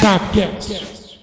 Sapcast.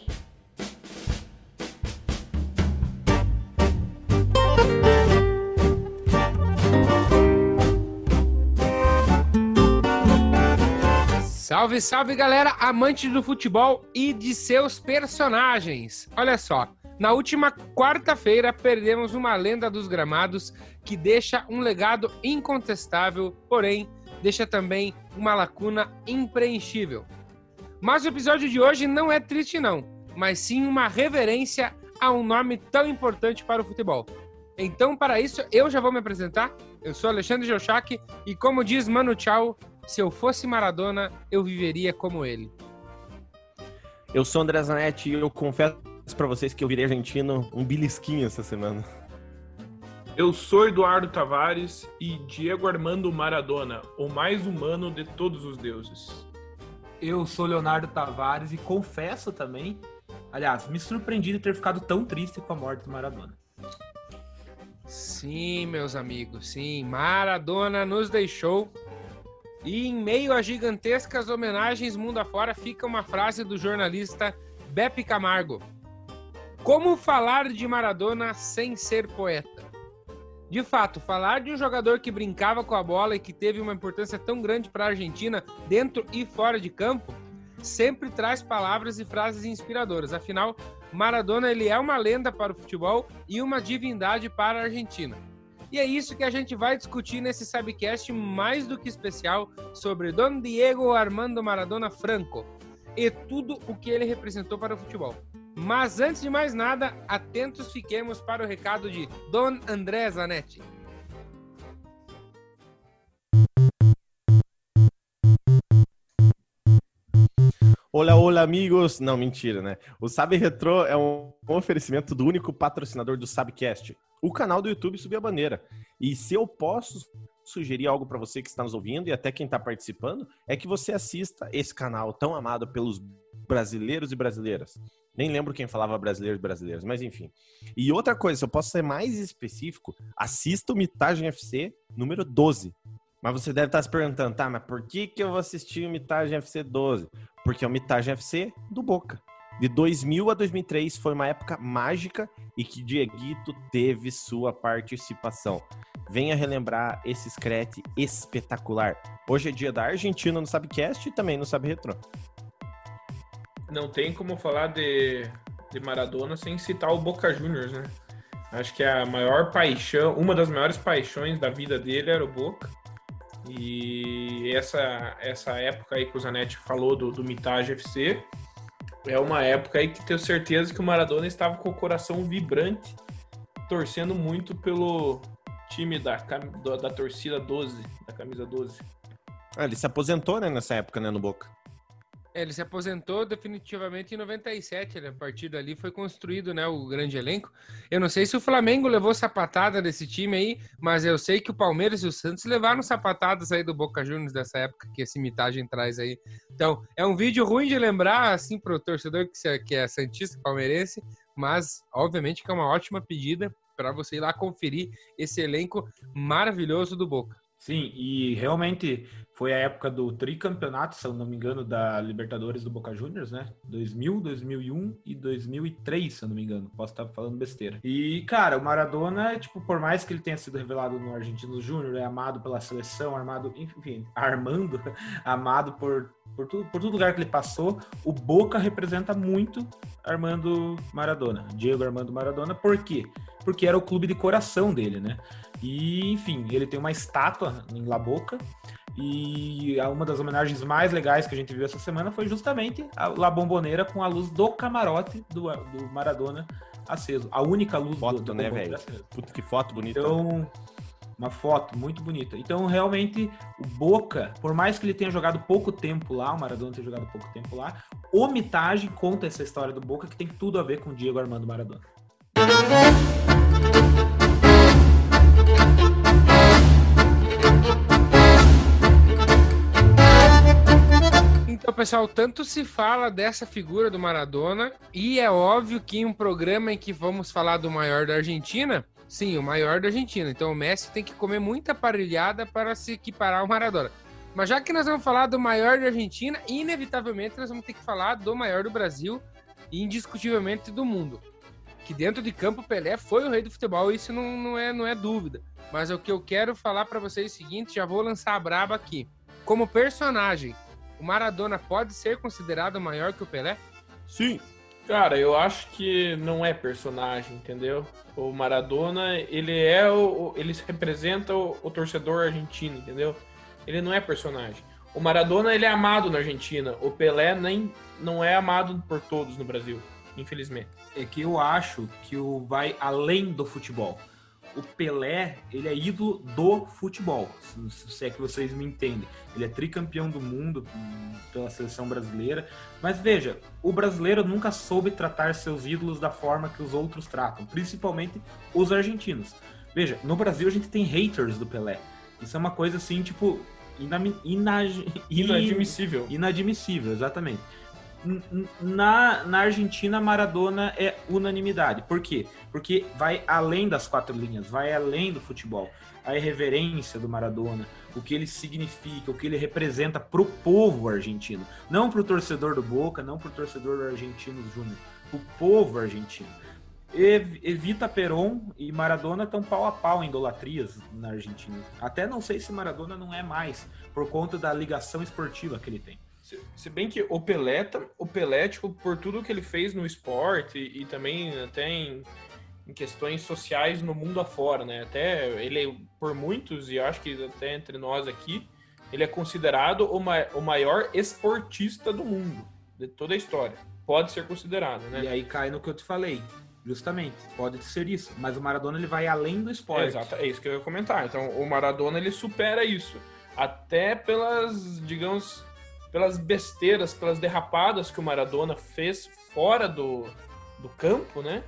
Salve, salve, galera, amantes do futebol e de seus personagens. Olha só, na última quarta-feira perdemos uma lenda dos gramados que deixa um legado incontestável, porém deixa também uma lacuna impreenchível. Mas o episódio de hoje não é triste não, mas sim uma reverência a um nome tão importante para o futebol. Então, para isso, eu já vou me apresentar. Eu sou Alexandre Geuchac e, como diz Manu Chao, se eu fosse Maradona, eu viveria como ele. Eu sou André Zanetti e eu confesso pra vocês que eu virei argentino um belisquinho essa semana. Eu sou Eduardo Tavares e Diego Armando Maradona, o mais humano de todos os deuses. Eu sou Leonardo Tavares e confesso também, aliás, me surpreendi de ter ficado tão triste com a morte do Maradona. Sim, meus amigos, sim, Maradona nos deixou. E em meio a gigantescas homenagens mundo afora, fica uma frase do jornalista Beppe Camargo. Como falar de Maradona sem ser poeta? De fato, falar de um jogador que brincava com a bola e que teve uma importância tão grande para a Argentina, dentro e fora de campo, sempre traz palavras e frases inspiradoras. Afinal, Maradona ele é uma lenda para o futebol e uma divindade para a Argentina. E é isso que a gente vai discutir nesse Sapcast mais do que especial sobre Don Diego Armando Maradona Franco e tudo o que ele representou para o futebol. Mas antes de mais nada, atentos fiquemos para o recado de Don André Zanetti. Olá, olá, amigos! Não, mentira, né? O Sabe Retrô é um oferecimento do único patrocinador do Sapcast, o canal do YouTube Subir a Bandeira. E se eu posso sugerir algo para você que está nos ouvindo e até quem está participando, é que você assista esse canal tão amado pelos brasileiros e brasileiras. Nem lembro quem falava brasileiros e brasileiras, mas enfim. E outra coisa, se eu posso ser mais específico, assista o Mitagem FC número 12. Mas você deve estar se perguntando, tá, mas por que eu vou assistir o Mitagem FC 12? Porque é o Mitagem FC do Boca. De 2000 a 2003 foi uma época mágica e que Dieguito teve sua participação. Venha relembrar esse screte espetacular. Hoje é dia da Argentina no Sapcast e também no Sabe Retrô. Não tem como falar de Maradona sem citar o Boca Juniors, né? Acho que a maior paixão, uma das maiores paixões da vida dele era o Boca. E essa época aí que o Zanetti falou do Mitagem FC é uma época aí que tenho certeza que o Maradona estava com o coração vibrante, torcendo muito pelo time da torcida 12, da camisa 12. Ele se aposentou, né, nessa época, né, no Boca. Ele se aposentou definitivamente em 97, né? A partir dali foi construído, né, o grande elenco. Eu não sei se o Flamengo levou sapatada desse time aí, mas eu sei que o Palmeiras e o Santos levaram sapatadas aí do Boca Juniors dessa época que essa Mitagem traz aí. Então, é um vídeo ruim de lembrar, assim, pro torcedor que é santista palmeirense, mas, obviamente, que é uma ótima pedida para você ir lá conferir esse elenco maravilhoso do Boca. Sim, e realmente foi a época do tricampeonato, se eu não me engano, da Libertadores do Boca Juniors, né? 2000, 2001 e 2003, se eu não me engano. Posso estar falando besteira. E, cara, o Maradona, tipo, por mais que ele tenha sido revelado no Argentinos Júnior, é amado pela seleção, amado por todo lugar que ele passou, o Boca representa muito Armando Maradona, Diego Armando Maradona. Por quê? Porque era o clube de coração dele, né? E, enfim, ele tem uma estátua em La Boca e uma das homenagens mais legais que a gente viu essa semana foi justamente a La Bombonera com a luz do camarote do Maradona aceso. A única luz do né, velho? Puta, que foto bonita. Então, uma foto muito bonita. Então, realmente, o Boca, por mais que ele tenha jogado pouco tempo lá, o Maradona tenha jogado pouco tempo lá, o Mitagem conta essa história do Boca que tem tudo a ver com o Diego Armando Maradona. Então, pessoal, tanto se fala dessa figura do Maradona e é óbvio que em um programa em que vamos falar do maior da Argentina, sim, o maior da Argentina. Então o Messi tem que comer muita parrilhada para se equiparar ao Maradona. Mas já que nós vamos falar do maior da Argentina, inevitavelmente nós vamos ter que falar do maior do Brasil e indiscutivelmente do mundo. Que dentro de campo, Pelé foi o rei do futebol, isso não é dúvida. Mas o que eu quero falar para vocês é o seguinte, já vou lançar a braba aqui. Como personagem, o Maradona pode ser considerado maior que o Pelé? Sim. Cara, eu acho que não é personagem, entendeu? O Maradona, ele representa o torcedor argentino, entendeu? Ele não é personagem. O Maradona, ele é amado na Argentina. O Pelé não é amado por todos no Brasil, infelizmente. É que eu acho que vai além do futebol. O Pelé, ele é ídolo do futebol, se é que vocês me entendem. Ele é tricampeão do mundo pela seleção brasileira. Mas veja, o brasileiro nunca soube tratar seus ídolos da forma que os outros tratam, principalmente os argentinos. Veja, no Brasil a gente tem haters do Pelé. Isso é uma coisa assim, tipo, Inadmissível. Inadmissível, exatamente. Na Argentina, Maradona é unanimidade. Por quê? Porque vai além das quatro linhas, vai além do futebol. A irreverência do Maradona, o que ele significa, o que ele representa pro povo argentino. Não pro torcedor do Boca, não pro torcedor do Argentinos Júnior. O povo argentino. Evita Perón e Maradona estão pau a pau em idolatrias na Argentina. Até não sei se Maradona não é mais, por conta da ligação esportiva que ele tem. Se bem que o Pelé, tipo, por tudo que ele fez no esporte e também até em questões sociais no mundo afora, né? Até ele, por muitos, e acho que até entre nós aqui, ele é considerado o maior esportista do mundo, de toda a história. Pode ser considerado, né? E aí cai no que eu te falei. Justamente, pode ser isso. Mas o Maradona, ele vai além do esporte. Exato, é isso que eu ia comentar. Então, o Maradona, ele supera isso. Até pelas, digamos, pelas besteiras, pelas derrapadas que o Maradona fez fora do campo, né?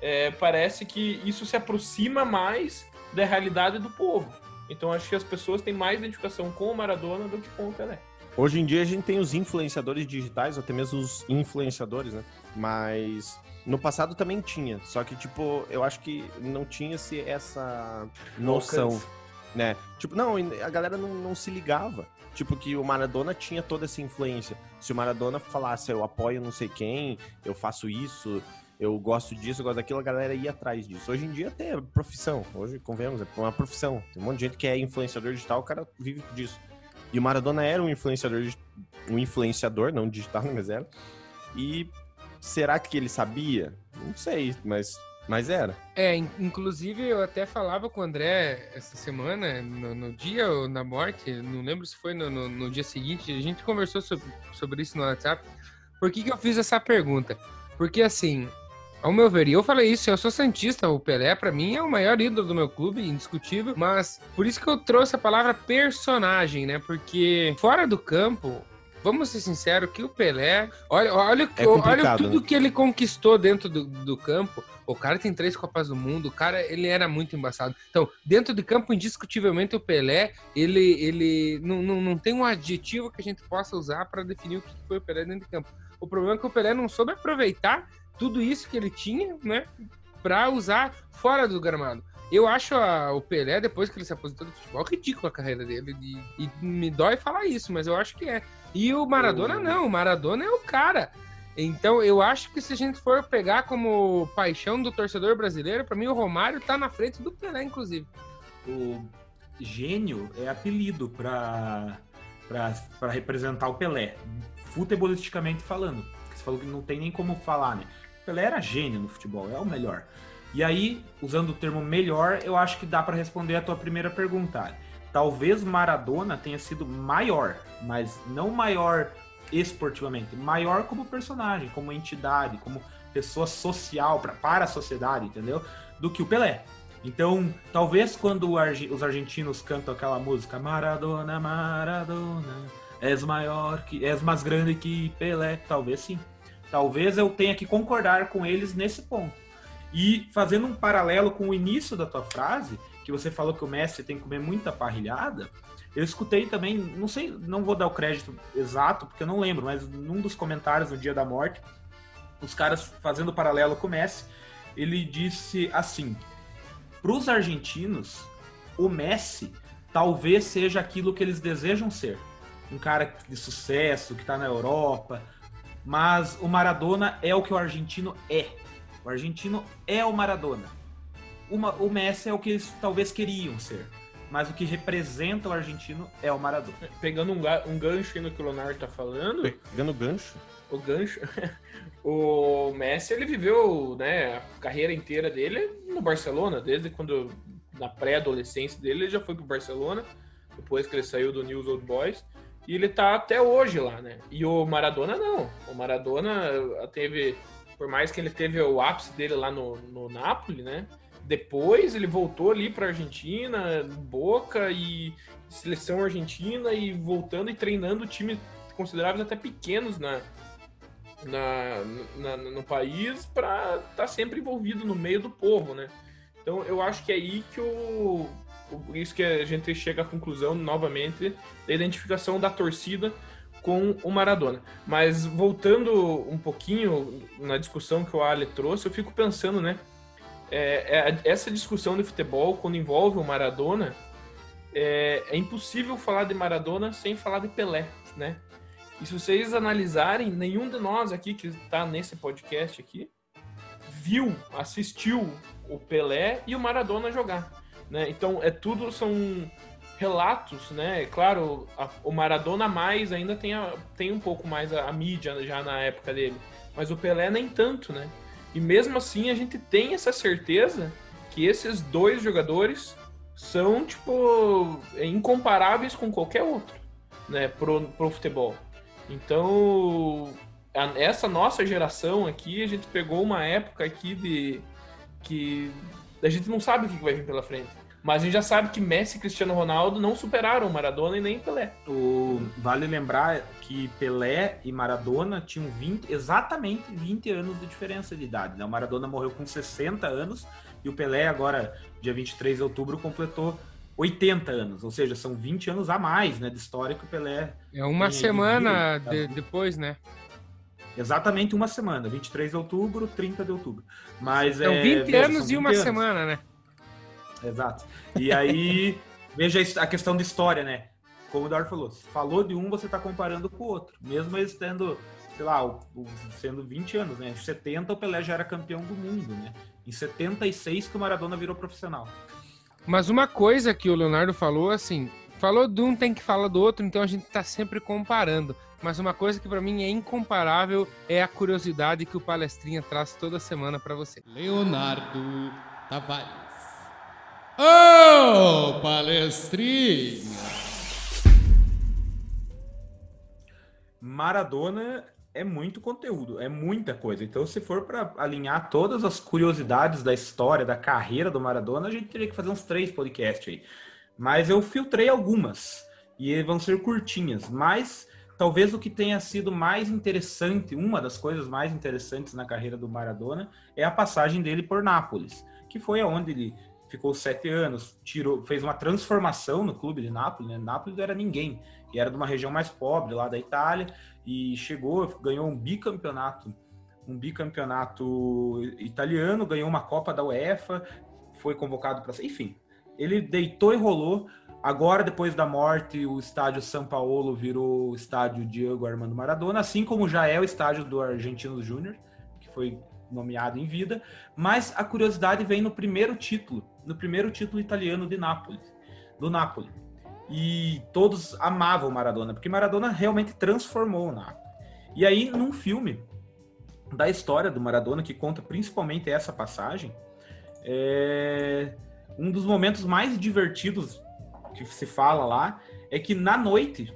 Parece que isso se aproxima mais da realidade do povo. Então, acho que as pessoas têm mais identificação com o Maradona do que com o Pelé. Hoje em dia a gente tem os influenciadores digitais, ou até mesmo os influenciadores, né? Mas no passado também tinha, só que, tipo, eu acho que não tinha-se essa noção, né? Tipo, não, a galera não se ligava. Tipo, que o Maradona tinha toda essa influência. Se o Maradona falasse, eu apoio não sei quem, eu faço isso, eu gosto disso, eu gosto daquilo, a galera ia atrás disso. Hoje em dia até é profissão, hoje, convenhamos, é uma profissão. Tem um monte de gente que é influenciador digital, o cara vive disso. E o Maradona era um influenciador, não digital, mas era. E será que ele sabia? Não sei, mas era. Inclusive eu até falava com o André essa semana, no dia ou na morte, não lembro se foi no dia seguinte, a gente conversou sobre isso no WhatsApp. Por que eu fiz essa pergunta? Porque assim, ao meu ver, e eu falei isso, eu sou santista, o Pelé pra mim é o maior ídolo do meu clube, indiscutível, mas por isso que eu trouxe a palavra personagem, né? Porque fora do campo, vamos ser sinceros, que o Pelé, olha tudo, né? Que ele conquistou dentro do campo. O cara tem 3 Copas do Mundo, o cara, ele era muito embaçado. Então, dentro de campo, indiscutivelmente, o Pelé, ele não tem um adjetivo que a gente possa usar para definir o que foi o Pelé dentro de campo. O problema é que o Pelé não soube aproveitar tudo isso que ele tinha, né, para usar fora do gramado. Eu acho o Pelé, depois que ele se aposentou do futebol, ridícula a carreira dele. E me dói falar isso, mas eu acho que é. E o Maradona não, o Maradona é o cara. Então eu acho que se a gente for pegar como paixão do torcedor brasileiro, para mim o Romário tá na frente do Pelé, inclusive. O gênio é apelido para representar o Pelé, futebolisticamente falando. Você falou que não tem nem como falar, né? O Pelé era gênio no futebol, é o melhor. E aí, usando o termo melhor, eu acho que dá para responder a tua primeira pergunta. Talvez Maradona tenha sido maior, mas não maior esportivamente, maior como personagem, como entidade, como pessoa social para a sociedade, entendeu? Do que o Pelé. Então, talvez quando os argentinos cantam aquela música Maradona, Maradona, és mais grande que Pelé, talvez sim. Talvez eu tenha que concordar com eles nesse ponto. E fazendo um paralelo com o início da tua frase, que você falou que o Messi tem que comer muita parrilhada, eu escutei também, não sei, não vou dar o crédito exato, porque eu não lembro, mas num dos comentários no dia da morte, os caras fazendo paralelo com o Messi, ele disse assim: para os argentinos, o Messi talvez seja aquilo que eles desejam ser, um cara de sucesso, que tá na Europa, mas o Maradona é o que o argentino é. O argentino é o Maradona. O Messi é o que eles talvez queriam ser, mas o que representa o argentino é o Maradona. Pegando um gancho aí no que o Leonardo tá falando... Pegando gancho? O gancho... O Messi, ele viveu, né, a carreira inteira dele no Barcelona, desde quando, na pré-adolescência dele, ele já foi pro Barcelona, depois que ele saiu do News Old Boys, e ele tá até hoje lá, né? E o Maradona não. O Maradona teve, por mais que ele teve o ápice dele lá no Napoli, né? Depois ele voltou ali pra Argentina, Boca e seleção argentina, e voltando e treinando times consideráveis até pequenos no país, para estar sempre envolvido no meio do povo, né? Então eu acho que é aí que isso que a gente chega à conclusão novamente da identificação da torcida com o Maradona. Mas voltando um pouquinho na discussão que o Ale trouxe, eu fico pensando, né? Essa discussão de futebol, quando envolve o Maradona, é impossível falar de Maradona sem falar de Pelé, né? E se vocês analisarem, nenhum de nós aqui que está nesse podcast aqui assistiu o Pelé e o Maradona jogar, né? Então, são relatos, né? Claro, o Maradona mais ainda tem um pouco mais a mídia já na época dele, mas o Pelé nem tanto, né? E mesmo assim a gente tem essa certeza que esses dois jogadores são, tipo, incomparáveis com qualquer outro, né? Pro futebol. Então, essa nossa geração aqui, a gente pegou uma época aqui que a gente não sabe o que vai vir pela frente. Mas a gente já sabe que Messi e Cristiano Ronaldo não superaram Maradona e nem Pelé. Vale lembrar que Pelé e Maradona tinham exatamente 20 anos de diferença de idade, né? O Maradona morreu com 60 anos e o Pelé agora, dia 23 de outubro, completou 80 anos, ou seja, são 20 anos a mais, né, de história que o Pelé... É uma semana depois, né? Exatamente uma semana, 23 de outubro, 30 de outubro. Mas são 20 anos e uma semana, né? Exato. E aí, veja a questão de história, né? Como o Eduardo falou de um, você está comparando com o outro. Mesmo eles tendo, sei lá, sendo 20 anos, né? Em 70 o Pelé já era campeão do mundo, né? Em 76 que o Maradona virou profissional. Mas uma coisa que o Leonardo falou, assim, falou de um, tem que falar do outro, então a gente tá sempre comparando. Mas uma coisa que para mim é incomparável é a curiosidade que o Palestrinha traz toda semana para você. Leonardo Tavares. Ô, Palestrinha! Maradona é muito conteúdo, é muita coisa. Então, se for para alinhar todas as curiosidades da história, da carreira do Maradona, a gente teria que fazer uns 3 podcasts aí. Mas eu filtrei algumas, e vão ser curtinhas. Mas, talvez o que tenha sido mais interessante, uma das coisas mais interessantes na carreira do Maradona, é a passagem dele por Nápoles, que foi aonde ele ficou 7 anos, fez uma transformação no clube de Nápoles, né? Nápoles não era ninguém, e era de uma região mais pobre lá da Itália, e ganhou um bicampeonato italiano, ganhou uma Copa da UEFA, foi convocado para... Enfim, ele deitou e rolou. Agora, depois da morte, o estádio São Paulo virou o estádio Diego Armando Maradona, assim como já é o estádio do Argentinos Júnior, que foi nomeado em vida. Mas a curiosidade vem no primeiro título italiano do Napoli. E todos amavam Maradona, porque Maradona realmente transformou o Napoli. E aí, num filme da história do Maradona, que conta principalmente essa passagem, um dos momentos mais divertidos que se fala lá é que na noite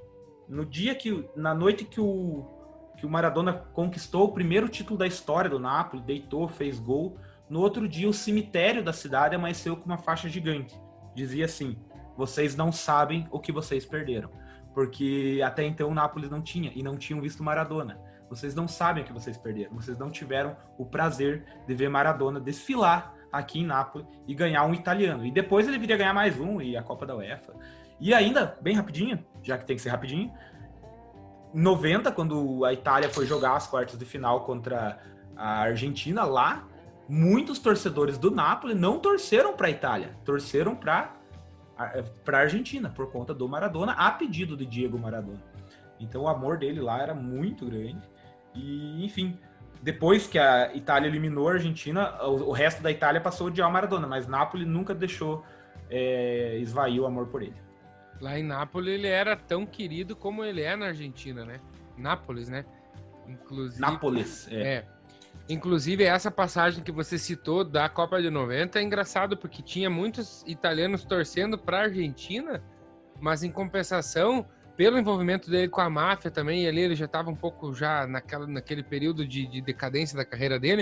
que o Maradona conquistou o primeiro título da história do Napoli, deitou, fez gol, no outro dia o cemitério da cidade amanheceu com uma faixa gigante. Dizia assim: vocês não sabem o que vocês perderam, porque até então o Napoli não tinham visto Maradona. Vocês não sabem o que vocês perderam, vocês não tiveram o prazer de ver Maradona desfilar aqui em Nápoles e ganhar um italiano. E depois ele viria ganhar mais um, e a Copa da UEFA. E ainda, bem rapidinho, já que tem que ser rapidinho, em 90, quando a Itália foi jogar as quartas de final contra a Argentina lá, muitos torcedores do Napoli não torceram para a Itália, torceram para a Argentina, por conta do Maradona, a pedido de Diego Maradona. Então o amor dele lá era muito grande. E, enfim, depois que a Itália eliminou a Argentina, o resto da Itália passou a odiar o Maradona, mas Nápoles nunca deixou esvair o amor por ele. Lá em Nápoles ele era tão querido como ele é na Argentina, né? Nápoles, né? Inclusive, Nápoles, Inclusive, essa passagem que você citou da Copa de 90 é engraçado, porque tinha muitos italianos torcendo para a Argentina, mas em compensação, pelo envolvimento dele com a máfia também, e ali ele já estava um pouco já naquele período de decadência da carreira dele,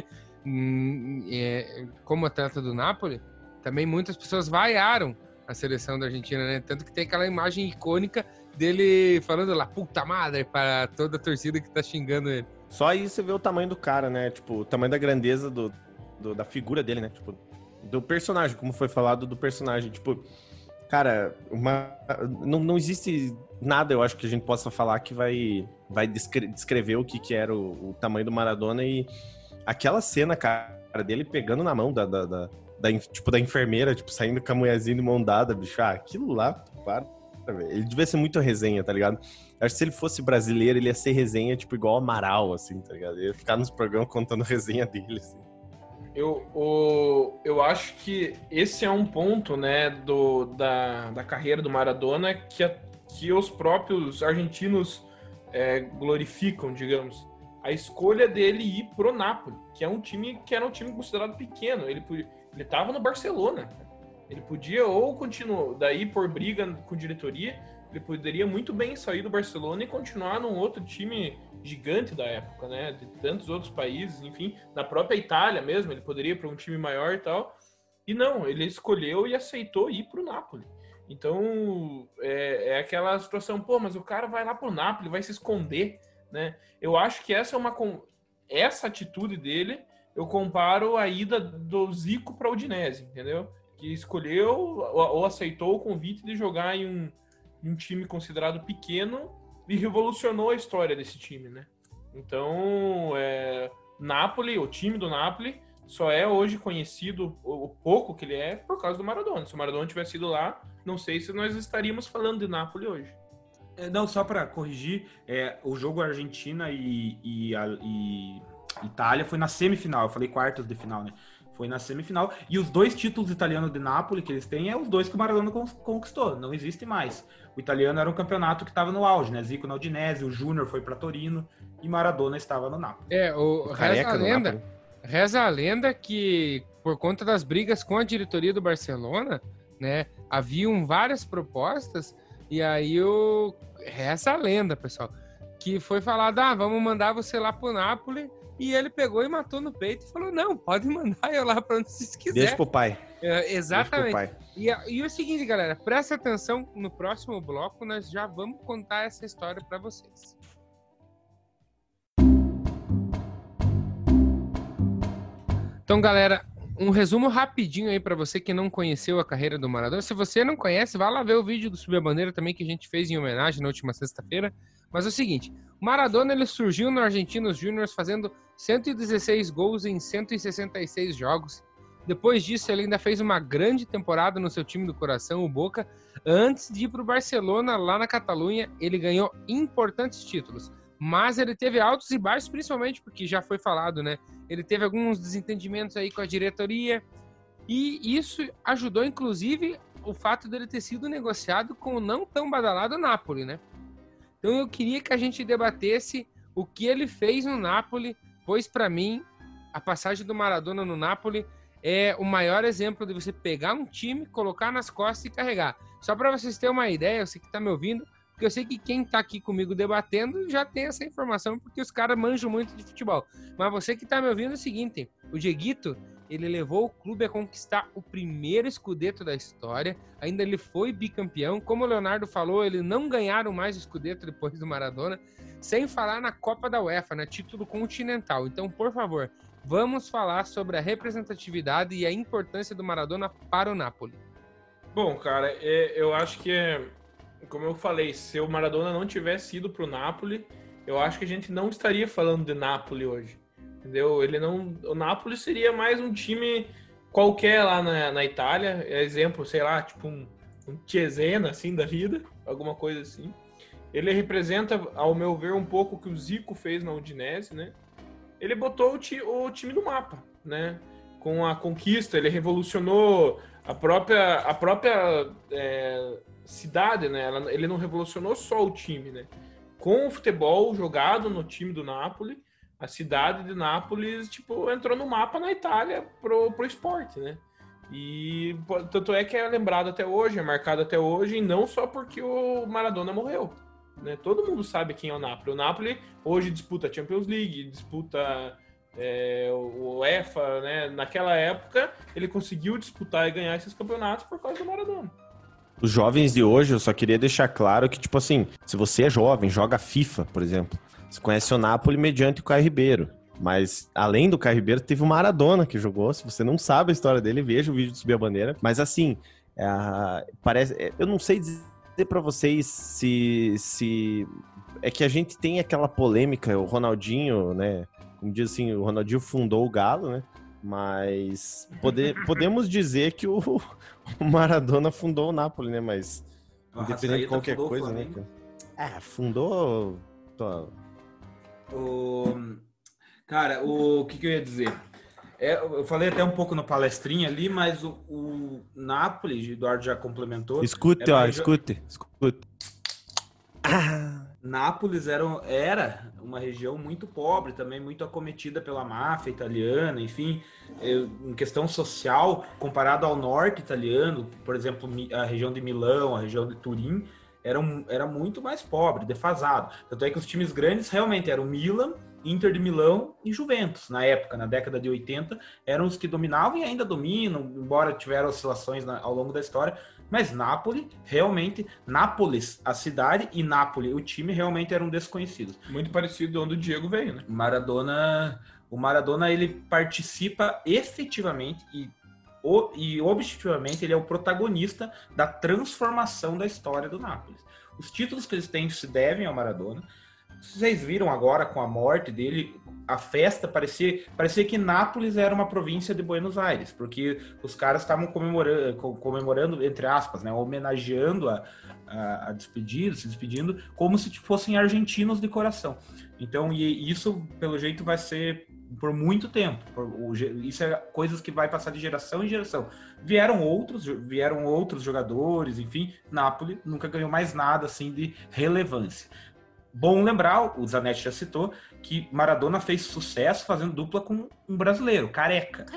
como atleta do Napoli, também muitas pessoas vaiaram a seleção da Argentina, né? Tanto que tem aquela imagem icônica dele falando lá, puta madre, para toda a torcida que tá xingando ele. Só aí você vê o tamanho do cara, né? Tipo, o tamanho da grandeza da figura dele, né? Tipo, do personagem, como foi falado do personagem. Tipo, cara, não existe nada, eu acho, que a gente possa falar que vai descrever o que era o tamanho do Maradona. E aquela cena, cara, dele pegando na mão da enfermeira, tipo, saindo com a mulherzinha de mão dada, bicho. Aquilo lá, para. Ele devia ser muito resenha, tá ligado? Acho que se ele fosse brasileiro, ele ia ser resenha, tipo, igual o Amaral, assim, tá ligado? Ele ia ficar nos programas contando resenha dele, assim. Eu acho que esse é um ponto, né, da carreira do Maradona que os próprios argentinos glorificam, digamos. A escolha dele ir pro Napoli, que era um time considerado pequeno. Ele tava no Barcelona. Ele podia ou continuar, daí por briga com diretoria, ele poderia muito bem sair do Barcelona e continuar num outro time gigante da época, né? De tantos outros países, enfim, da própria Itália mesmo, ele poderia ir para um time maior e tal. E não, ele escolheu e aceitou ir para o Napoli. Então, é aquela situação, pô, mas o cara vai lá pro Napoli, vai se esconder, né? Eu acho que essa atitude dele, eu comparo a ida do Zico para o Udinese, entendeu? Que escolheu ou aceitou o convite de jogar em um time considerado pequeno e revolucionou a história desse time, né? Então, Napoli, o time do Napoli, só é hoje conhecido, o pouco que ele é, por causa do Maradona. Se o Maradona tivesse ido lá, não sei se nós estaríamos falando de Napoli hoje. Não, só para corrigir, o jogo Argentina e Itália foi na semifinal, eu falei quartas de final, né? Foi na semifinal. E os 2 títulos italianos de Nápoles que eles têm os 2 que o Maradona conquistou. Não existe mais. O italiano era um campeonato que estava no auge, né? Zico na Udinese, o Júnior foi para Torino e Maradona estava no Nápoles. Reza a lenda que, por conta das brigas com a diretoria do Barcelona, né? Haviam várias propostas e aí reza a lenda, pessoal, que foi falado, vamos mandar você lá pro Nápoles. E ele pegou e matou no peito e falou, não, pode mandar eu lá pra onde vocês quiserem. Deixa pro pai. Exatamente. Deixa pro pai. E o seguinte, galera, presta atenção, no próximo bloco nós já vamos contar essa história pra vocês. Então, galera, um resumo rapidinho aí pra você que não conheceu a carreira do Maradona. Se você não conhece, vá lá ver o vídeo do Subir a Bandeira também que a gente fez em homenagem na última sexta-feira. Mas é o seguinte, o Maradona ele surgiu no Argentinos Júnior fazendo 116 gols em 166 jogos. Depois disso, ele ainda fez uma grande temporada no seu time do coração, o Boca. Antes de ir para o Barcelona, lá na Catalunha, ele ganhou importantes títulos. Mas ele teve altos e baixos, principalmente porque já foi falado, né? Ele teve alguns desentendimentos aí com a diretoria. E isso ajudou, inclusive, o fato dele ter sido negociado com o não tão badalado Napoli, né? Então eu queria que a gente debatesse o que ele fez no Napoli, pois para mim a passagem do Maradona no Napoli é o maior exemplo de você pegar um time, colocar nas costas e carregar. Só para vocês terem uma ideia, você que tá me ouvindo, porque eu sei que quem tá aqui comigo debatendo já tem essa informação, porque os caras manjam muito de futebol. Mas você que tá me ouvindo é o seguinte, o Dieguito, ele levou o clube a conquistar o primeiro Scudetto da história, ainda ele foi bicampeão, como o Leonardo falou, eles não ganharam mais o Scudetto depois do Maradona, sem falar na Copa da UEFA, né, título continental. Então, por favor, vamos falar sobre a representatividade e a importância do Maradona para o Napoli. Bom, cara, eu acho que como eu falei, se o Maradona não tivesse ido pro Napoli, eu acho que a gente não estaria falando de Napoli hoje. Entendeu? O Napoli seria mais um time qualquer lá na Itália, exemplo, sei lá, tipo um Cesena, assim, da vida, alguma coisa assim. Ele representa, ao meu ver, um pouco o que o Zico fez na Udinese, né? Ele botou o time no mapa, né? Com a conquista, ele revolucionou a própria cidade, né? Ele não revolucionou só o time, né? Com o futebol jogado no time do Napoli, a cidade de Nápoles, tipo, entrou no mapa na Itália pro esporte, né? E tanto é que é lembrado até hoje, é marcado até hoje, e não só porque o Maradona morreu, né? Todo mundo sabe quem é o Napoli. O Napoli hoje disputa a Champions League, disputa o UEFA, né? Naquela época, ele conseguiu disputar e ganhar esses campeonatos por causa do Maradona. Os jovens de hoje, eu só queria deixar claro que, tipo assim, se você é jovem, joga FIFA, por exemplo, você conhece o Napoli mediante o Caio Ribeiro. Mas, além do Caio Ribeiro, teve o Maradona que jogou. Se você não sabe a história dele, veja o vídeo de Subir a Bandeira. Mas, assim, parece... Eu não sei dizer pra vocês se... É que a gente tem aquela polêmica, o Ronaldinho, né? Como diz assim, o Ronaldinho fundou o Galo, né? Mas podemos dizer que o Maradona fundou o Napoli, né? Mas, independente de qualquer coisa, né? Fundou... Cara, o que eu ia dizer? Eu falei até um pouco no palestrinha ali, mas o Napoli, o Eduardo já complementou. Escute. Nápoles era uma região muito pobre, também muito acometida pela máfia italiana, enfim, em questão social, comparado ao norte italiano, por exemplo, a região de Milão, a região de Turim, era muito mais pobre, defasado. Tanto é que os times grandes realmente eram Milan, Inter de Milão e Juventus, na época, na década de 80, eram os que dominavam e ainda dominam, embora tiveram oscilações ao longo da história, mas Nápoles, a cidade, e Nápoles, o time, realmente eram desconhecidos. Muito parecido onde o Diego veio, né? O Maradona, ele participa efetivamente e objetivamente, ele é o protagonista da transformação da história do Nápoles. Os títulos que eles têm se devem ao Maradona. Vocês viram agora, com a morte dele, a festa, parecia que Nápoles era uma província de Buenos Aires, porque os caras estavam comemorando, entre aspas, né, homenageando a se despedindo, como se fossem argentinos de coração. Então, e isso, pelo jeito, vai ser por muito tempo. Isso é coisas que vai passar de geração em geração. Vieram outros jogadores, enfim, Nápoles nunca ganhou mais nada assim de relevância. Bom lembrar, o Zanetti já citou, que Maradona fez sucesso fazendo dupla com um brasileiro, Careca.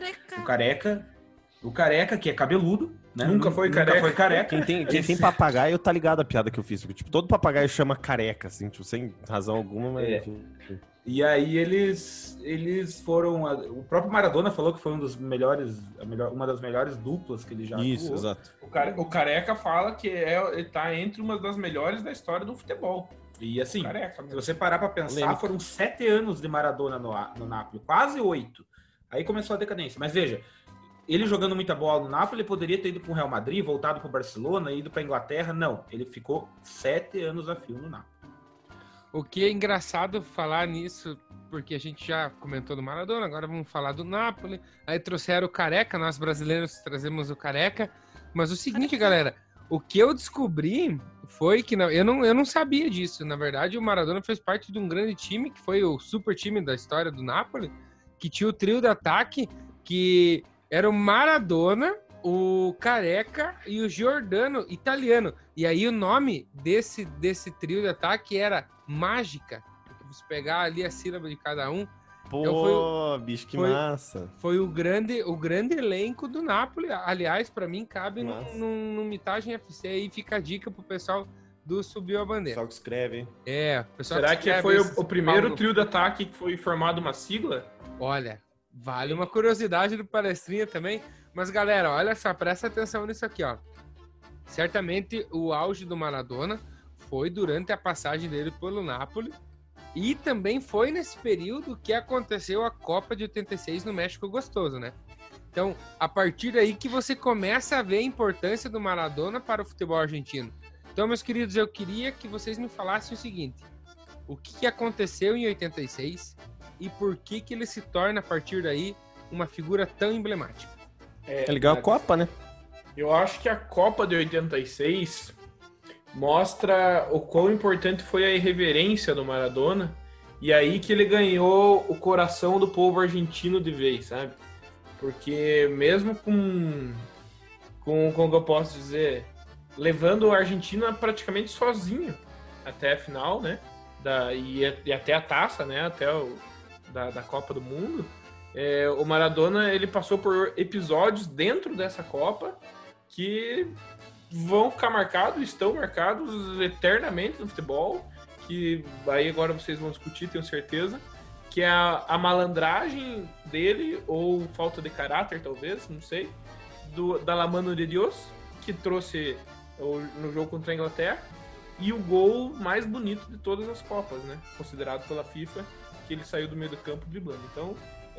O Careca, que é cabeludo, né? Nunca foi careca. Quem tem papagaio tá ligado a piada que eu fiz. Porque, tipo, todo papagaio chama careca, assim, tipo, sem razão alguma, mas enfim. E aí eles foram... O próprio Maradona falou que foi uma das melhores duplas que ele já Isso, atuou. Exato. O Careca fala que ele tá entre uma das melhores da história do futebol. E assim, Careca, se você parar pra pensar, foram 7 anos de Maradona no Napoli, quase 8. Aí começou a decadência. Mas veja, ele jogando muita bola no Napoli, ele poderia ter ido pro Real Madrid, voltado pro Barcelona, ido pra Inglaterra. Não, ele ficou 7 anos a fio no Napoli. O que é engraçado falar nisso, porque a gente já comentou do Maradona, agora vamos falar do Napoli. Aí trouxeram o Careca, nós brasileiros trazemos o Careca. Mas o seguinte, galera, o que eu descobri foi que eu não sabia disso. Na verdade, o Maradona fez parte de um grande time, que foi o super time da história do Napoli, que tinha o trio de ataque, que era o Maradona, o Careca e o Giordano, italiano. E aí o nome desse trio de ataque era Mágica. Se pegar ali a sílaba de cada um. Pô, então bicho, que massa. Foi o grande elenco do Napoli. Aliás, para mim, cabe num Mitagem FC. Aí fica a dica pro pessoal do Subiu a Bandeira. O pessoal que escreve, hein? O pessoal Será que foi o primeiro trio de ataque que foi formado uma sigla? Olha, vale uma curiosidade do palestrinha também. Mas, galera, olha só, presta atenção nisso aqui, ó. Certamente, o auge do Maradona foi durante a passagem dele pelo Napoli. E também foi nesse período que aconteceu a Copa de 86 no México Gostoso, né? Então, a partir daí que você começa a ver a importância do Maradona para o futebol argentino. Então, meus queridos, eu queria que vocês me falassem o seguinte. O que aconteceu em 86 e por que ele se torna, a partir daí, uma figura tão emblemática? É legal a Copa, né? Eu acho que a Copa de 86 mostra o quão importante foi a irreverência do Maradona, e aí que ele ganhou o coração do povo argentino de vez, sabe? Porque mesmo com como eu posso dizer, levando a Argentina praticamente sozinho até a final, né? E até a taça, né? Até da Copa do Mundo. O Maradona, ele passou por episódios dentro dessa Copa que vão ficar marcados, estão marcados eternamente no futebol, que aí agora vocês vão discutir, tenho certeza, que é a malandragem dele, ou falta de caráter, talvez, não sei, da La Mano de Dios, que trouxe no jogo contra a Inglaterra, e o gol mais bonito de todas as Copas, né? Considerado pela FIFA, que ele saiu do meio do campo driblando. Então,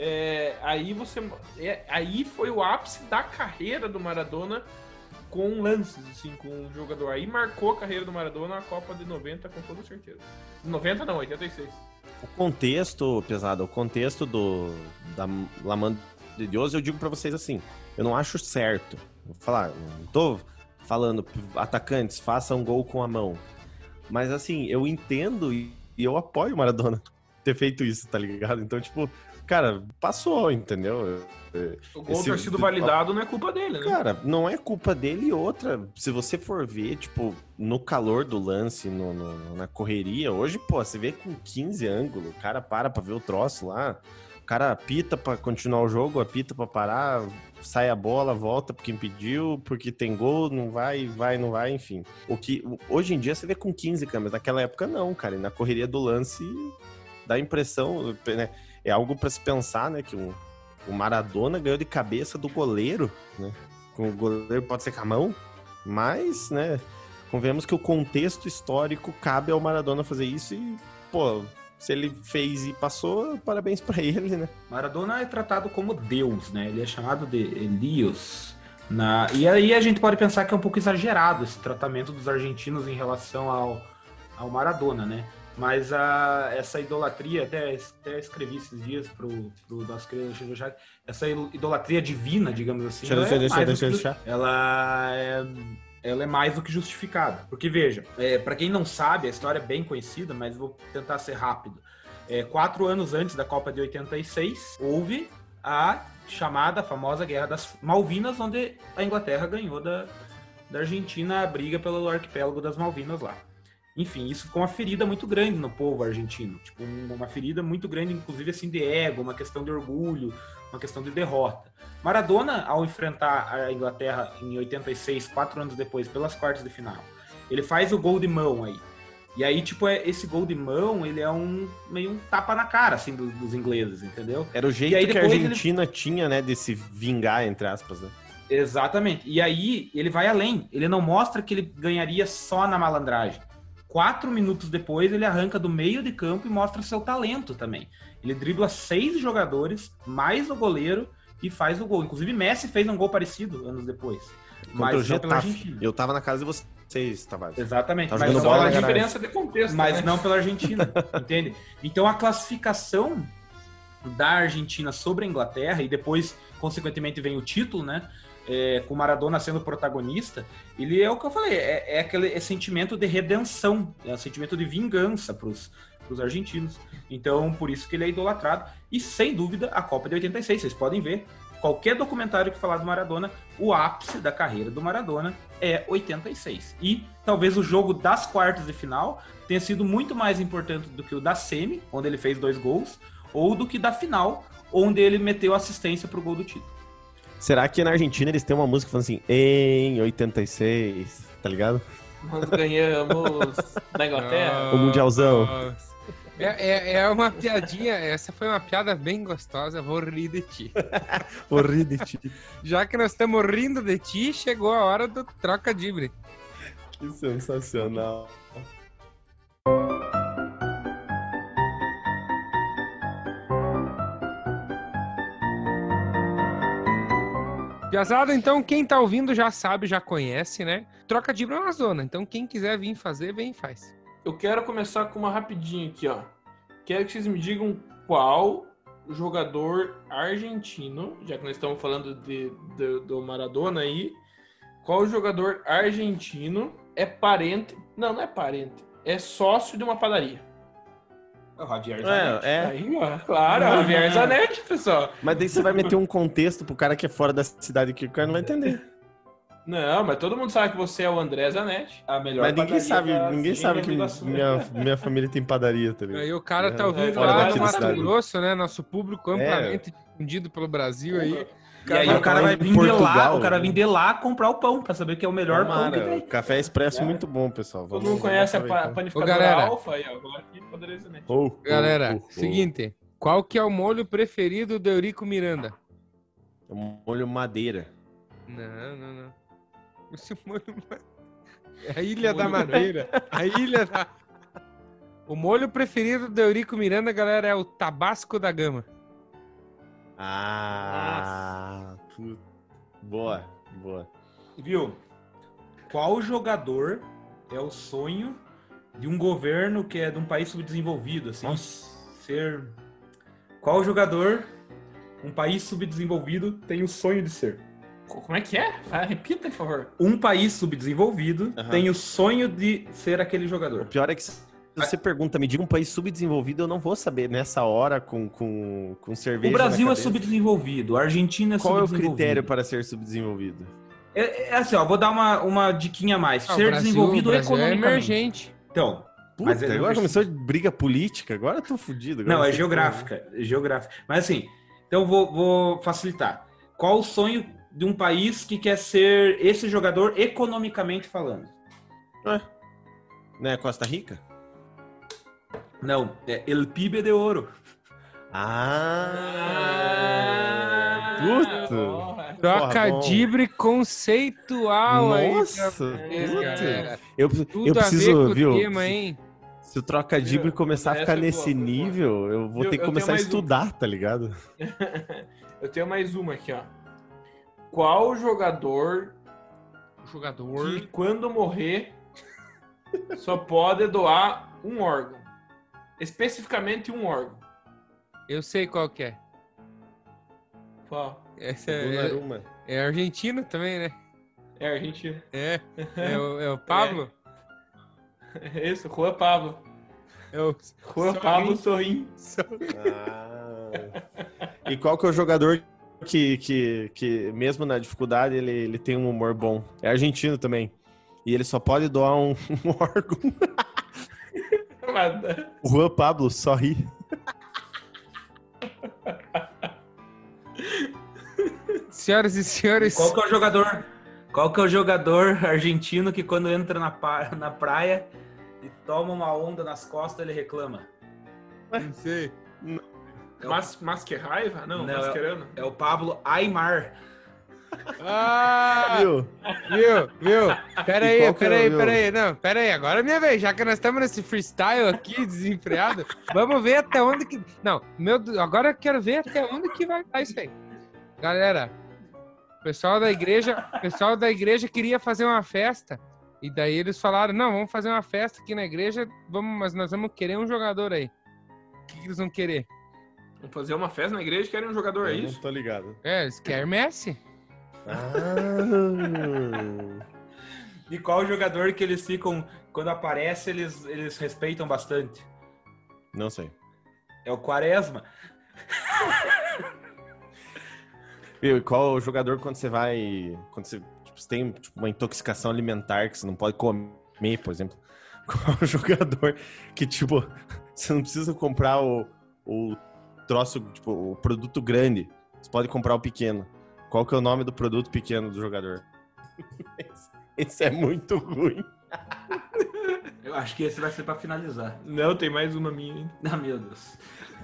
aí foi o ápice da carreira do Maradona, com lances, assim, com o jogador. Aí marcou a carreira do Maradona na Copa de 90, com toda certeza. 90 não, 86. O contexto, pesado, o contexto da La Mano de Dios, eu digo pra vocês assim, eu não acho certo. Vou falar, não tô falando, atacantes, façam gol com a mão. Mas assim, eu entendo e eu apoio o Maradona ter feito isso, tá ligado? Então, tipo, cara, passou, entendeu? O gol ter sido validado não é culpa dele, né? Cara, não é culpa dele. E outra, se você for ver, tipo, no calor do lance, na correria, hoje, pô, você vê com 15 ângulos, o cara para pra ver o troço lá, o cara apita pra continuar o jogo, apita pra parar, sai a bola, volta porque impediu, porque tem gol, não vai, não vai, enfim. Hoje em dia você vê com 15 câmeras, naquela época não, cara, e na correria do lance dá a impressão, né? É algo pra se pensar, né, que o Maradona ganhou de cabeça do goleiro, né? O goleiro pode ser com a mão, mas, né, convenhamos que o contexto histórico cabe ao Maradona fazer isso e, pô, se ele fez e passou, parabéns pra ele, né? Maradona é tratado como Deus, né? Ele é chamado de Elios. E aí a gente pode pensar que é um pouco exagerado esse tratamento dos argentinos em relação ao Maradona, né? Mas essa idolatria, até escrevi esses dias pro nosso querido Alexandre Chá, essa idolatria divina, digamos assim, ela é mais do que justificada. Porque, veja, para quem não sabe, a história é bem conhecida, mas vou tentar ser rápido. 4 anos antes da Copa de 86, houve a chamada, famosa Guerra das Malvinas, onde a Inglaterra ganhou da Argentina a briga pelo arquipélago das Malvinas lá. Enfim, isso ficou uma ferida muito grande no povo argentino. Tipo, uma ferida muito grande, inclusive, assim, de ego, uma questão de orgulho, uma questão de derrota. Maradona, ao enfrentar a Inglaterra em 86, 4 anos depois, pelas quartas de final, ele faz o gol de mão aí. E aí, tipo, esse gol de mão, ele é meio um tapa na cara, assim, dos ingleses, entendeu? Era o jeito que a Argentina tinha, né, de se vingar, entre aspas, né? Exatamente. E aí, ele vai além. Ele não mostra que ele ganharia só na malandragem. 4 minutos depois, ele arranca do meio de campo e mostra seu talento também. Ele dribla 6 jogadores, mais o goleiro, e faz o gol. Inclusive, Messi fez um gol parecido anos depois. Mas não pela Argentina. Eu tava na casa de vocês, Tavares. Exatamente. Mas só a diferença de contexto. Mas né? não pela Argentina, entende? Então, a classificação da Argentina sobre a Inglaterra, e depois, consequentemente, vem o título, né? Com o Maradona sendo protagonista, ele é o que eu falei, aquele sentimento de redenção, é um sentimento de vingança para os argentinos. Então, por isso que ele é idolatrado. E, sem dúvida, a Copa de 86, vocês podem ver, qualquer documentário que falar do Maradona, o ápice da carreira do Maradona é 86. E talvez o jogo das quartas de final tenha sido muito mais importante do que o da semi, onde ele fez 2 gols, ou do que da final, onde ele meteu assistência para o gol do título. Será que na Argentina eles têm uma música falando assim, em 86, tá ligado? Nós ganhamos da Inglaterra. O Mundialzão. É uma piadinha, essa foi uma piada bem gostosa, vou rir de ti. Vou rir de ti. Já que nós estamos rindo de ti, chegou a hora do troca-dibre. Que sensacional. Piazada, então, quem tá ouvindo já sabe, já conhece, né? Troca-dibre é uma zona, então quem quiser vir fazer, vem e faz. Eu quero começar com uma rapidinha aqui, ó. Quero que vocês me digam qual jogador argentino, já que nós estamos falando do Maradona aí, qual jogador argentino é parente... Não, não é parente. É sócio de uma padaria. O Javier Zanetti. Aí, ó, claro, Javier Zanetti, pessoal. Mas daí você vai meter um contexto pro cara que é fora da cidade que o cara não vai entender. Não, mas todo mundo sabe que você é o André Zanetti. A melhor Mas ninguém sabe que Rio Grande do Sul. minha família tem padaria, tá ligado? Aí o cara tá ouvindo Fora lá daqui no da Mato cidade. Grosso, né? Nosso público amplamente difundido pelo Brasil aí. E aí o cara vai vir de lá, o cara vai vir de lá comprar o pão, pra saber que é o melhor pão que tem. Café expresso muito bom, pessoal. Todo mundo conhece a panificadora galera. Alfa aí, ó. Agora aqui padaria Zanetti. Galera, seguinte. Qual que é o molho preferido do Eurico Miranda? Molho madeira. Não. Esse molho... É a Ilha da Madeira. A Ilha da... O molho preferido do Eurico Miranda, galera, é o Tabasco da Gama. Boa. Viu? Qual jogador é o sonho de um governo que é de um país subdesenvolvido, assim? Ser... Qual jogador, um país subdesenvolvido, tem o sonho de ser? Como é que é? Repita, por favor. Um país subdesenvolvido tem o sonho de ser aquele jogador. O pior é que se você pergunta, me diga um país subdesenvolvido, eu não vou saber nessa hora com cerveja. O Brasil na é cabeça. subdesenvolvido, a Argentina é Qual é o subdesenvolvido. critério para ser subdesenvolvido? É assim, ó, vou dar uma diquinha a mais. Ah, o ser Brasil- desenvolvido o Brasil é economicamente. emergente. Então, Puta, mas é agora no- começou briga política, agora eu tô fudido. Agora Não, é sei geográfica. Mas assim, então vou facilitar. Qual o sonho de um país que quer ser esse jogador economicamente falando? Não é Costa Rica? Não, é El Pibe de Ouro. Puta! Trocadibre conceitual aí. Nossa, pra vocês, puta. galera. Eu Tudo preciso, a ver com viu? o tema, hein? Se o trocadibre Viu? começar a ficar Essa é nesse boa, boa. nível, eu vou Viu? ter que Eu começar a tenho mais estudar, tá ligado? Eu tenho mais uma aqui, ó. Qual jogador que quando morrer só pode doar um órgão? Especificamente um órgão. Eu sei qual que é. Qual? Essa Donnarumma. é argentino também, né? É Argentina. É o Pablo? É isso, Juan Pablo. É o Juan Pablo Sorrim. E qual que é o jogador que mesmo na dificuldade, ele tem um humor bom? É argentino também. E ele só pode doar um órgão. O Juan Pablo só ri. Senhoras e senhores, Qual que é o jogador argentino que quando entra na praia e toma uma onda nas costas, ele reclama? não sei. Masqueraiva? Não, Não, Mascherano. É o Pablo Aimar. Ah, Viu? viu? Pera E aí, qual que é o- pera aí, agora é minha vez, já que nós estamos nesse freestyle aqui, desenfreado, vamos ver até onde que... Não, agora eu quero ver até onde que vai dar isso aí. Galera, o pessoal da igreja queria fazer uma festa, e daí eles falaram, não, vamos fazer uma festa aqui na igreja, mas nós vamos querer um jogador aí. O que eles vão querer? Vamos fazer uma festa na igreja e querem um jogador, é Eu isso? não tô ligado. Eles querem Messi. E qual jogador que eles ficam, quando aparece, eles respeitam bastante? Não sei. É o Quaresma. Viu? E qual o jogador quando você você tem tipo, uma intoxicação alimentar que você não pode comer, por exemplo? Qual o jogador que, tipo, você não precisa comprar o troço, tipo, o produto grande. Você pode comprar o pequeno. Qual que é o nome do produto pequeno do jogador? Esse é muito ruim. Eu acho que esse vai ser pra finalizar. Não, tem mais uma minha ainda. Ah, meu Deus.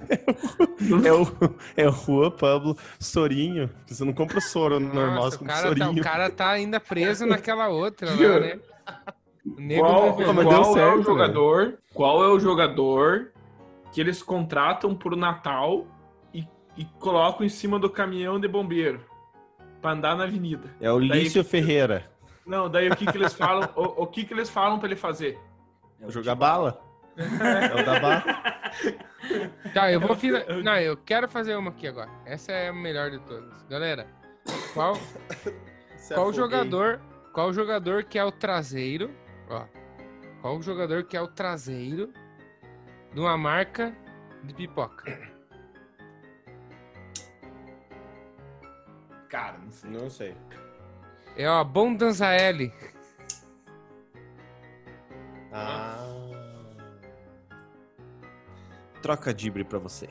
É o Juan Pablo Sorinho. Você não compra o soro normal, Nossa, você o compra cara, Sorinho. o cara tá ainda preso naquela outra lá, né? O nego Qual, do- mas deu qual é certo, o jogador? Qual é o jogador que eles contratam pro Natal e colocam em cima do caminhão de bombeiro pra andar na avenida? É o Lício Ferreira. Não, daí o que eles falam? O que eles falam pra ele fazer? Jogar bala? É o da bala? Tá, eu vou Não, eu quero fazer uma aqui agora. Essa é a melhor de todas. Galera, qual jogador que é o traseiro Ó, qual o jogador que é o traseiro de uma marca de pipoca? Cara, não sei. Não sei. É o Abundance AL. Troca dibre pra você.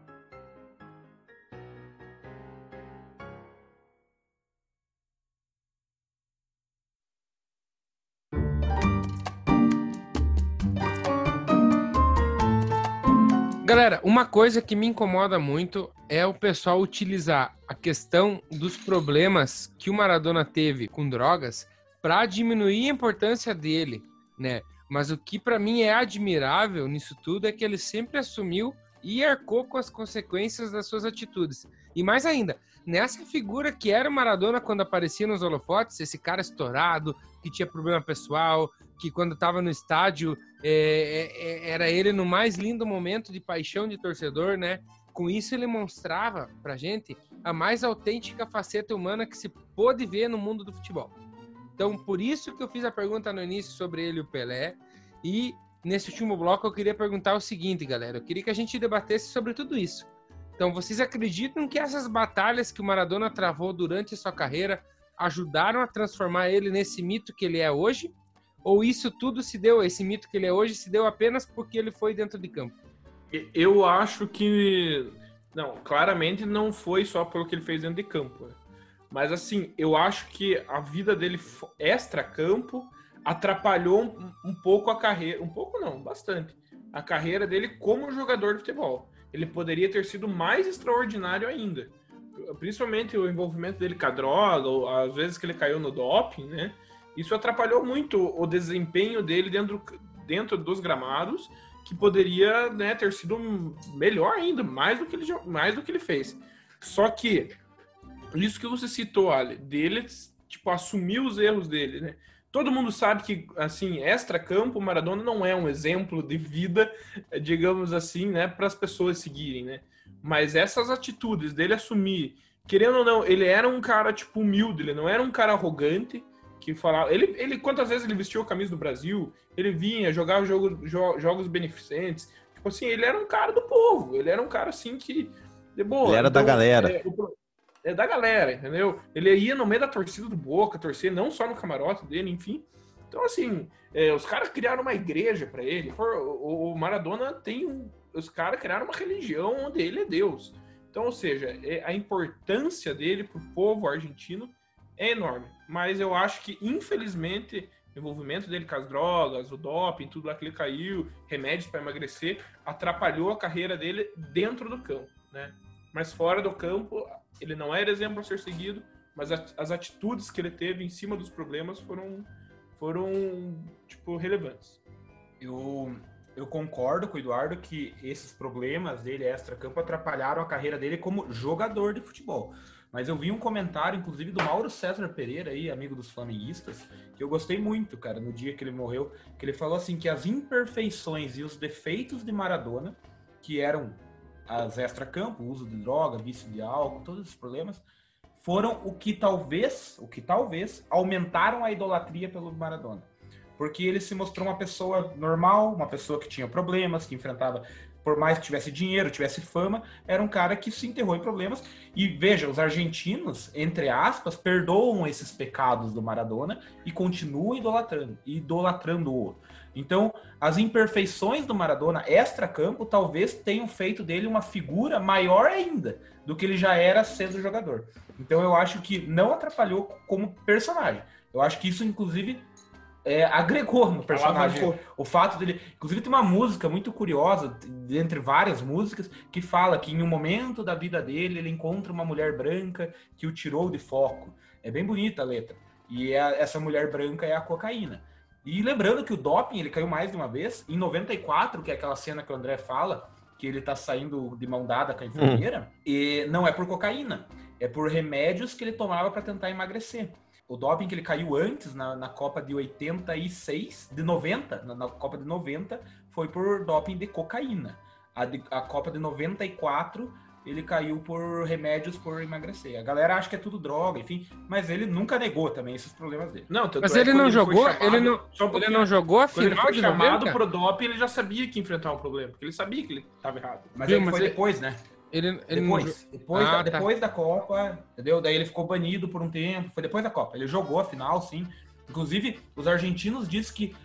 Galera, uma coisa que me incomoda muito é o pessoal utilizar a questão dos problemas que o Maradona teve com drogas para diminuir a importância dele, né? Mas o que para mim é admirável nisso tudo é que ele sempre assumiu e arcou com as consequências das suas atitudes. E mais ainda, nessa figura que era o Maradona quando aparecia nos holofotes, esse cara estourado, que tinha problema pessoal, que quando estava no estádio era ele no mais lindo momento de paixão de torcedor, né? Com isso ele mostrava pra gente a mais autêntica faceta humana que se pôde ver no mundo do futebol. Então, por isso que eu fiz a pergunta no início sobre ele e o Pelé. E nesse último bloco eu queria perguntar o seguinte, galera. Eu queria que a gente debatesse sobre tudo isso. Então, vocês acreditam que essas batalhas que o Maradona travou durante a sua carreira ajudaram a transformar ele nesse mito que ele é hoje? Ou isso tudo se deu, esse mito que ele é hoje, se deu apenas porque ele foi dentro de campo? Eu acho que... Não, claramente não foi só pelo que ele fez dentro de campo. Mas, assim, eu acho que a vida dele extra-campo atrapalhou um pouco a carreira... Um pouco não, bastante. A carreira dele como jogador de futebol. Ele poderia ter sido mais extraordinário ainda. Principalmente o envolvimento dele com a droga, ou às vezes que ele caiu no doping, né? Isso atrapalhou muito o desempenho dele dentro dos gramados, que poderia, né, ter sido melhor ainda, mais do que ele fez. Só que, isso que você citou, Ali, dele, tipo, assumir os erros dele, né? Todo mundo sabe que, assim, extra-campo, o Maradona não é um exemplo de vida, digamos assim, né, para as pessoas seguirem, né? Mas essas atitudes dele assumir, querendo ou não, ele era um cara, tipo, humilde, ele não era um cara arrogante, que falava... Ele quantas vezes ele vestiu a camisa do Brasil, ele vinha, jogava jogos beneficentes, tipo assim, ele era um cara do povo, ele era um cara, assim, que... De boa, ele era então, da galera. É da galera, entendeu? Ele ia no meio da torcida do Boca, torcer não só no camarote dele, enfim. Então, assim, os caras criaram uma igreja pra ele. O Maradona tem os caras criaram uma religião onde ele é Deus. Então, ou seja, a importância dele pro povo argentino é enorme. Mas eu acho que, infelizmente, o envolvimento dele com as drogas, o doping, tudo lá que ele caiu, remédios para emagrecer, atrapalhou a carreira dele dentro do campo, né? Mas fora do campo, ele não era exemplo a ser seguido, mas as atitudes que ele teve em cima dos problemas foram tipo, relevantes. Eu concordo com o Eduardo que esses problemas dele extra-campo atrapalharam a carreira dele como jogador de futebol. Mas eu vi um comentário, inclusive, do Mauro César Pereira, aí, amigo dos flamenguistas, que eu gostei muito, cara, no dia que ele morreu, que ele falou assim, que as imperfeições e os defeitos de Maradona, que eram as extra-campo, uso de droga, vício de álcool, todos esses problemas, foram o que talvez aumentaram a idolatria pelo Maradona. Porque ele se mostrou uma pessoa normal, uma pessoa que tinha problemas, que enfrentava, por mais que tivesse dinheiro, tivesse fama, era um cara que se enterrou em problemas. E veja, os argentinos, entre aspas, perdoam esses pecados do Maradona e continuam idolatrando-o. Então, as imperfeições do Maradona extra-campo talvez tenham feito dele uma figura maior ainda do que ele já era sendo jogador. Então, eu acho que não atrapalhou como personagem. Eu acho que isso, inclusive, agregou no personagem. O fato dele... Inclusive, tem uma música muito curiosa, entre várias músicas, que fala que em um momento da vida dele, ele encontra uma mulher branca que o tirou de foco. É bem bonita a letra. E essa mulher branca é a cocaína. E lembrando que o doping, ele caiu mais de uma vez. Em 94, que é aquela cena que o André fala, que ele tá saindo de mão dada com a enfermeira, e não é por cocaína, é por remédios que ele tomava para tentar emagrecer. O doping que ele caiu antes, na Copa de 86, de 90, na Copa de 90, foi por doping de cocaína. A Copa de 94 ele caiu por remédios por emagrecer. A galera acha que é tudo droga, enfim, mas ele nunca negou também esses problemas dele. Não, Mas ele não jogou, ele não jogou a Quando ele final foi de chamado 90? pro doping, ele já sabia que ia enfrentar um problema, porque ele sabia que ele estava errado. Mas Viu, ele mas foi ele- depois, né? Ele não jo- Depois, Ah, tá. depois da Copa, entendeu? Daí ele ficou banido por um tempo, foi depois da Copa. Ele jogou a final, sim. Inclusive, os argentinos dizem que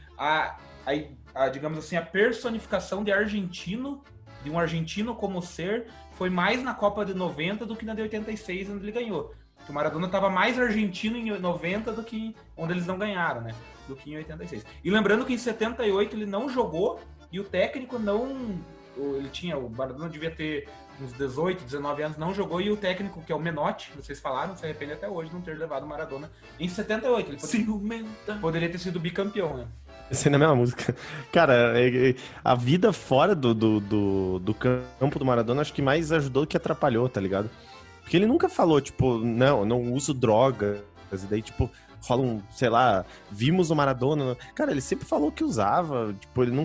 digamos assim, a personificação de um argentino como ser, foi mais na Copa de 90 do que na de 86, onde ele ganhou. Porque o Maradona estava mais argentino em 90 do que onde eles não ganharam, né? Do que em 86. E lembrando que em 78 ele não jogou e o técnico não... O Maradona devia ter uns 18, 19 anos, não jogou, e o técnico, que é o Menotti, vocês falaram, se arrepende até hoje de não ter levado o Maradona em 78. Ele poderia ter sido bicampeão, né? Pensei na mesma música. Cara, a vida fora do campo do Maradona acho que mais ajudou do que atrapalhou, tá ligado? Porque ele nunca falou, tipo, não uso drogas, e daí, tipo, rola sei lá, vimos o Maradona. Cara, ele sempre falou que usava, tipo, ele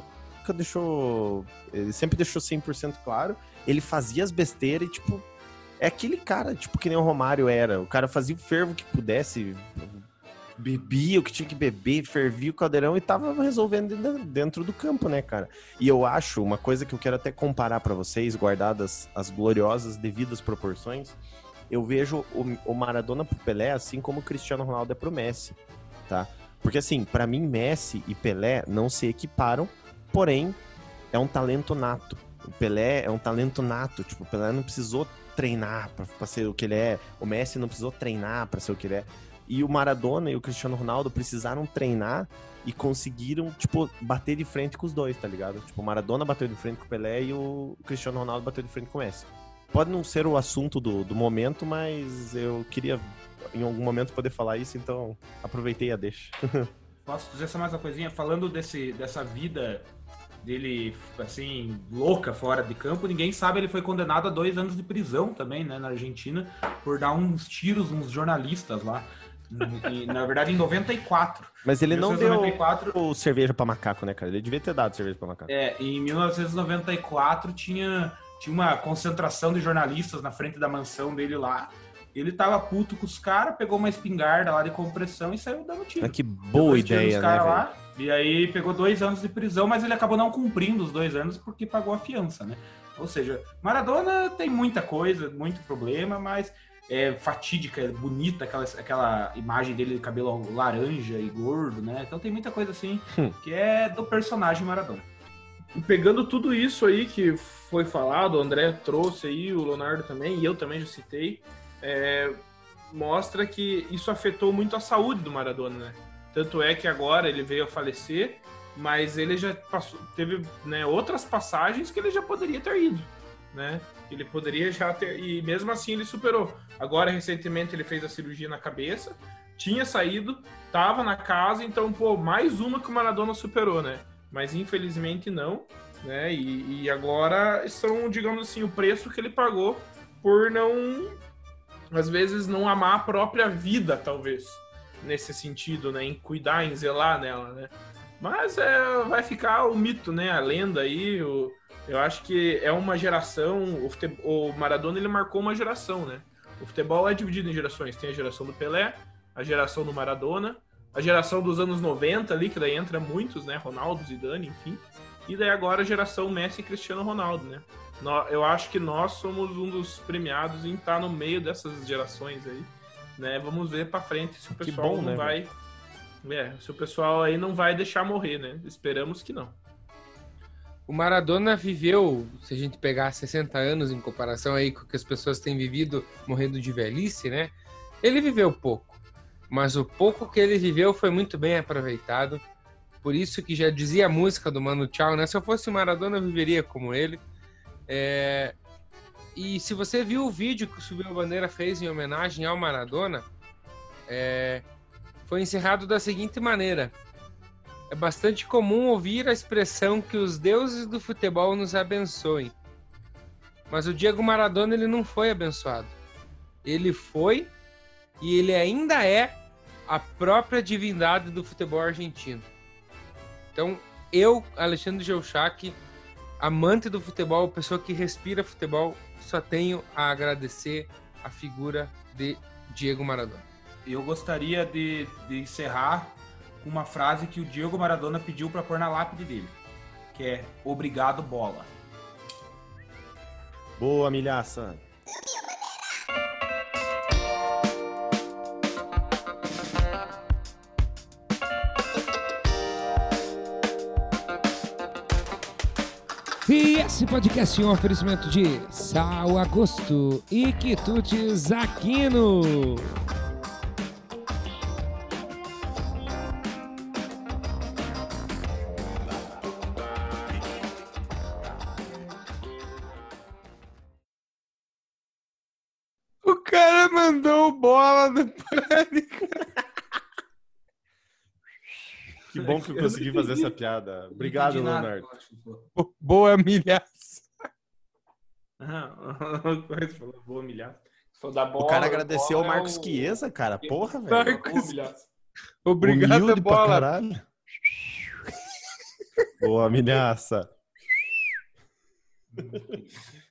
sempre deixou 100% claro, ele fazia as besteiras e, tipo, é aquele cara, tipo, que nem o Romário era. O cara fazia o fervo que pudesse, bebia o que tinha que beber, fervia o caldeirão e tava resolvendo dentro do campo, né, cara? E eu acho, uma coisa que eu quero até comparar pra vocês, guardadas as gloriosas devidas proporções, eu vejo o Maradona pro Pelé assim como o Cristiano Ronaldo é pro Messi, tá? Porque assim, pra mim, Messi e Pelé não se equiparam, porém, é um talento nato. O Pelé é um talento nato, tipo, o Pelé não precisou treinar pra ser o que ele é, o Messi não precisou treinar pra ser o que ele é. E o Maradona e o Cristiano Ronaldo precisaram treinar e conseguiram, tipo, bater de frente com os dois, tá ligado? Tipo, o Maradona bateu de frente com o Pelé e o Cristiano Ronaldo bateu de frente com o Messi. Pode não ser o assunto do momento, mas eu queria, em algum momento, poder falar isso, então aproveitei a deixa. Posso dizer só mais uma coisinha? Falando dessa vida dele, assim, louca fora de campo, ninguém sabe, ele foi condenado a 2 anos de prisão também, né, na Argentina, por dar uns tiros nos jornalistas lá. Na verdade, em 94. Mas ele não 1994, deu cerveja pra macaco, né, cara? Ele devia ter dado cerveja pra macaco. Em 1994 tinha uma concentração de jornalistas na frente da mansão dele lá. Ele tava puto com os caras, pegou uma espingarda lá de compressão e saiu dando tiro. Que boa ideia, né, velho? Lá, e aí pegou 2 anos de prisão, mas ele acabou não cumprindo os 2 anos porque pagou a fiança, né? Ou seja, Maradona tem muita coisa, muito problema, mas é fatídica, é bonita aquela imagem dele de cabelo laranja e gordo, né? Então tem muita coisa assim que é do personagem Maradona. Pegando tudo isso aí que foi falado, o André trouxe aí, o Leonardo também, e eu também já citei, mostra que isso afetou muito a saúde do Maradona, né? Tanto é que agora ele veio a falecer, mas ele já teve, né, outras passagens que ele já poderia ter ido, né? Ele poderia já ter, e mesmo assim ele superou. Agora, recentemente, ele fez a cirurgia na cabeça, tinha saído, tava na casa, então, mais uma que o Maradona superou, né? Mas infelizmente não, né? E agora são, digamos assim, o preço que ele pagou por não, às vezes, não amar a própria vida, talvez, nesse sentido, né? Em cuidar, em zelar nela, né? Mas vai ficar o mito, né? A lenda aí, eu acho que é uma geração, o Maradona, ele marcou uma geração, né? O futebol é dividido em gerações, tem a geração do Pelé, a geração do Maradona, a geração dos anos 90 ali, que daí entra muitos, né? Ronaldo, Zidane, enfim. E daí agora a geração Messi e Cristiano Ronaldo, né? Eu acho que nós somos um dos premiados em estar no meio dessas gerações aí, né? Vamos ver pra frente se o pessoal não vai... se o pessoal aí não vai deixar morrer, né? Esperamos que não. O Maradona viveu, se a gente pegar 60 anos em comparação aí com o que as pessoas têm vivido morrendo de velhice, né? Ele viveu pouco, mas o pouco que ele viveu foi muito bem aproveitado. Por isso que já dizia a música do Mano Tchau, né? Se eu fosse o Maradona, eu viveria como ele. E se você viu o vídeo que o Subiu a Bandeira fez em homenagem ao Maradona, foi encerrado da seguinte maneira: é bastante comum ouvir a expressão que os deuses do futebol nos abençoem. Mas o Diego Maradona, ele não foi abençoado. Ele foi e ele ainda é a própria divindade do futebol argentino. Então, eu, Alexandre Geuchac, amante do futebol, pessoa que respira futebol, só tenho a agradecer a figura de Diego Maradona. Eu gostaria de encerrar com uma frase que o Diego Maradona pediu para pôr na lápide dele, que é obrigado, bola. Boa, milhaça. E esse podcast é um oferecimento de Sal Agosto e Quitutes Aquino. O cara mandou bola no pânico. Que bom que eu consegui fazer essa piada. Obrigado, Leonardo. Boa milhaça. Boa milhaça. O cara agradeceu o Marcos Chiesa, cara. Porra, velho. Obrigado, Humilde bola. pra caralho. Boa, milhaça.